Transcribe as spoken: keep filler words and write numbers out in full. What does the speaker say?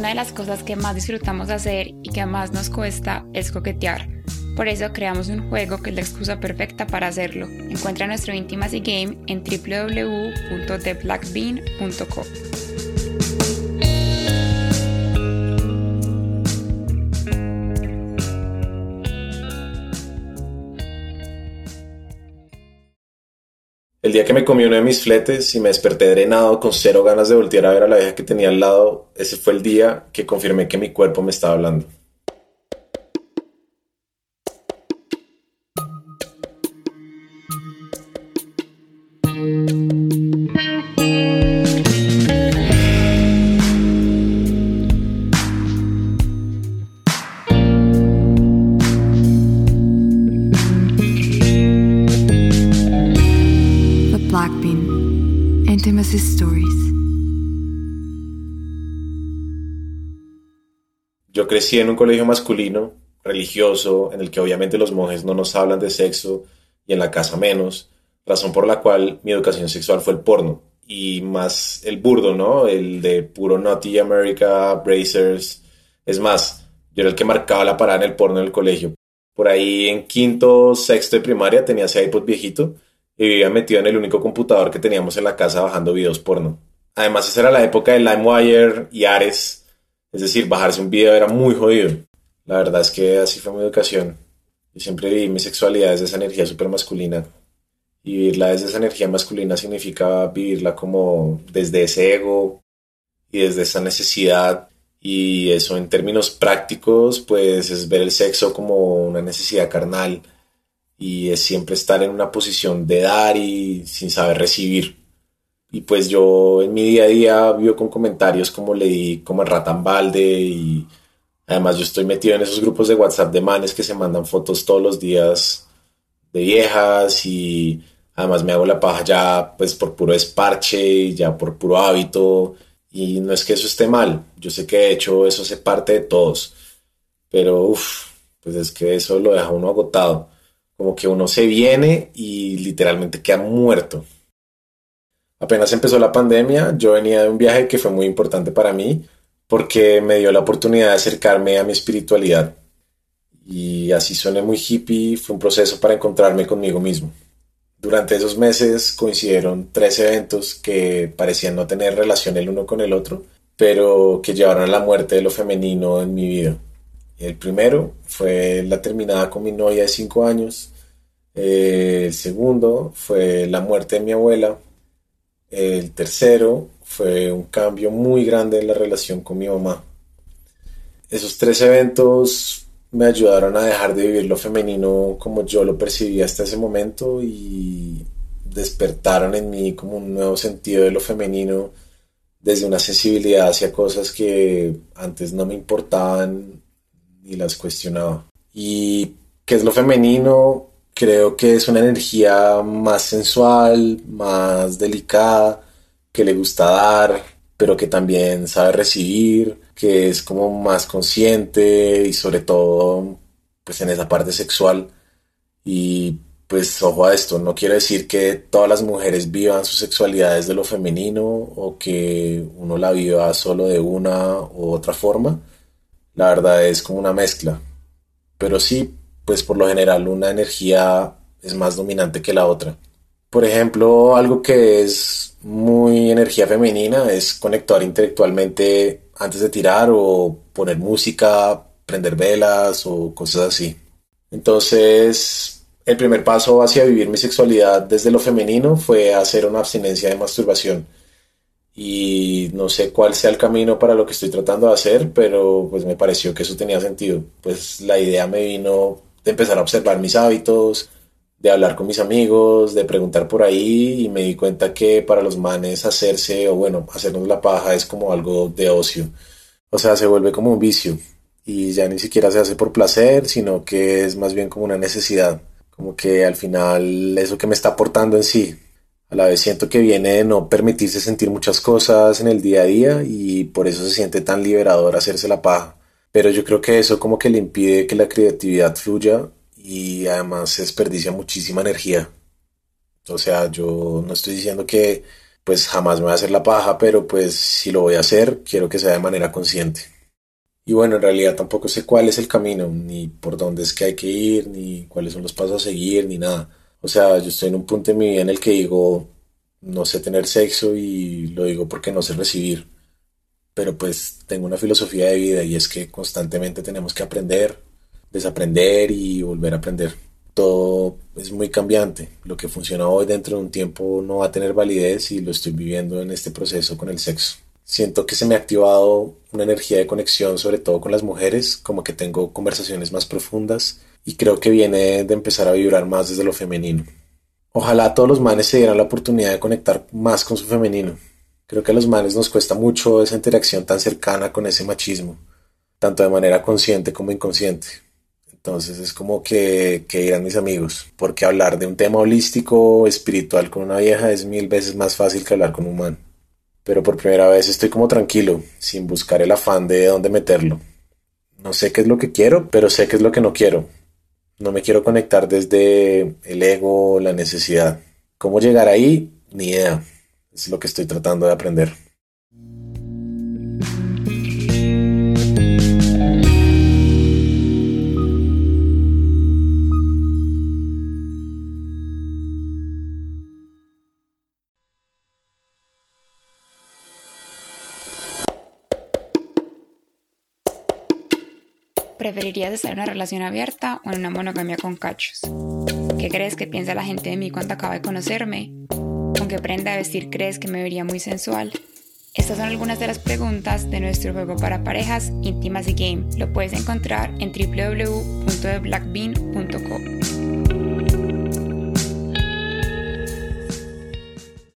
Una de las cosas que más disfrutamos hacer y que más nos cuesta es coquetear. Por eso creamos un juego que es la excusa perfecta para hacerlo. Encuentra nuestro Intimacy Game en w w w punto the black bean punto co. El día que me comí uno de mis fletes y me desperté drenado con cero ganas de voltear a ver a la vieja que tenía al lado, ese fue el día que confirmé que mi cuerpo me estaba hablando. Intimacy Stories. Yo crecí en un colegio masculino, religioso, en el que obviamente los monjes no nos hablan de sexo y en la casa menos, razón por la cual mi educación sexual fue el porno, y más el burdo, ¿no? El de puro Naughty America, Brazers. Es más, yo era el que marcaba la parada en el porno del colegio. Por ahí en quinto, sexto de primaria tenía ese iPod viejito y vivía metido en el único computador que teníamos en la casa bajando videos porno. Además, esa era la época de LimeWire y Ares, es decir, bajarse un video era muy jodido. La verdad es que así fue mi educación. Yo siempre viví mi sexualidad desde esa energía súper masculina. Y vivirla desde esa energía masculina significa vivirla como desde ese ego y desde esa necesidad. Y eso en términos prácticos, pues es ver el sexo como una necesidad carnal. Y es siempre estar en una posición de dar y sin saber recibir. Y pues yo en mi día a día vivo con comentarios como le di como el rata en balde, y además yo estoy metido en esos grupos de WhatsApp de manes que se mandan fotos todos los días de viejas, y además me hago la paja ya pues por puro esparche, ya por puro hábito, y no es que eso esté mal, yo sé que de hecho eso hace parte de todos, pero uff, pues es que eso lo deja uno agotado. Como que uno se viene y literalmente queda muerto. Apenas empezó la pandemia, yo venía de un viaje que fue muy importante para mí porque me dio la oportunidad de acercarme a mi espiritualidad. Y así suene muy hippie, fue un proceso para encontrarme conmigo mismo. Durante esos meses coincidieron tres eventos que parecían no tener relación el uno con el otro, pero que llevaron a la muerte de lo femenino en mi vida. El primero fue la terminada con mi novia de cinco años. El segundo fue la muerte de mi abuela. El tercero fue un cambio muy grande en la relación con mi mamá. Esos tres eventos me ayudaron a dejar de vivir lo femenino como yo lo percibía hasta ese momento y despertaron en mí como un nuevo sentido de lo femenino desde una sensibilidad hacia cosas que antes no me importaban y las cuestionaba. ¿Y qué es lo femenino? Creo que es una energía más sensual, más delicada, que le gusta dar, pero que también sabe recibir, que es como más consciente y sobre todo pues en esa parte sexual. Y pues ojo a esto, no quiero decir que todas las mujeres vivan su sexualidad desde lo femenino o que uno la viva solo de una u otra forma. La verdad es como una mezcla, pero sí, pues por lo general una energía es más dominante que la otra. Por ejemplo, algo que es muy energía femenina es conectar intelectualmente antes de tirar o poner música, prender velas o cosas así. Entonces, el primer paso hacia vivir mi sexualidad desde lo femenino fue hacer una abstinencia de masturbación. Y no sé cuál sea el camino para lo que estoy tratando de hacer, pero pues me pareció que eso tenía sentido. Pues la idea me vino de empezar a observar mis hábitos, de hablar con mis amigos, de preguntar por ahí, y me di cuenta que para los manes hacerse, o bueno, hacernos la paja es como algo de ocio. O sea, se vuelve como un vicio y ya ni siquiera se hace por placer, sino que es más bien como una necesidad. Como que al final eso que me está aportando en sí. A la vez siento que viene de no permitirse sentir muchas cosas en el día a día y por eso se siente tan liberador hacerse la paja. Pero yo creo que eso como que le impide que la creatividad fluya y además se desperdicia muchísima energía. O sea, yo no estoy diciendo que pues jamás me voy a hacer la paja, pero pues si lo voy a hacer, quiero que sea de manera consciente. Y bueno, en realidad tampoco sé cuál es el camino, ni por dónde es que hay que ir, ni cuáles son los pasos a seguir, ni nada. O sea, yo estoy en un punto en mi vida en el que digo, no sé tener sexo y lo digo porque no sé recibir. Pero pues tengo una filosofía de vida y es que constantemente tenemos que aprender, desaprender y volver a aprender. Todo es muy cambiante. Lo que funciona hoy dentro de un tiempo no va a tener validez y lo estoy viviendo en este proceso con el sexo. Siento que se me ha activado una energía de conexión, sobre todo con las mujeres, como que tengo conversaciones más profundas y creo que viene de empezar a vibrar más desde lo femenino. Ojalá todos los manes se dieran la oportunidad de conectar más con su femenino. Creo que a los manes nos cuesta mucho esa interacción tan cercana con ese machismo, tanto de manera consciente como inconsciente. Entonces es como que, que dirán mis amigos, porque hablar de un tema holístico, espiritual con una vieja es mil veces más fácil que hablar con un man. Pero por primera vez estoy como tranquilo, sin buscar el afán de dónde meterlo. No sé qué es lo que quiero, pero sé qué es lo que no quiero. No me quiero conectar desde el ego o la necesidad. ¿Cómo llegar ahí? Ni idea. Es lo que estoy tratando de aprender. ¿Preferirías estar en una relación abierta o en una monogamia con cachos? ¿Qué crees que piensa la gente de mí cuando acaba de conocerme? ¿Con qué prenda de vestir crees que me vería muy sensual? Estas son algunas de las preguntas de nuestro juego para parejas Intimacy Game. Lo puedes encontrar en w w w punto the black bean punto co.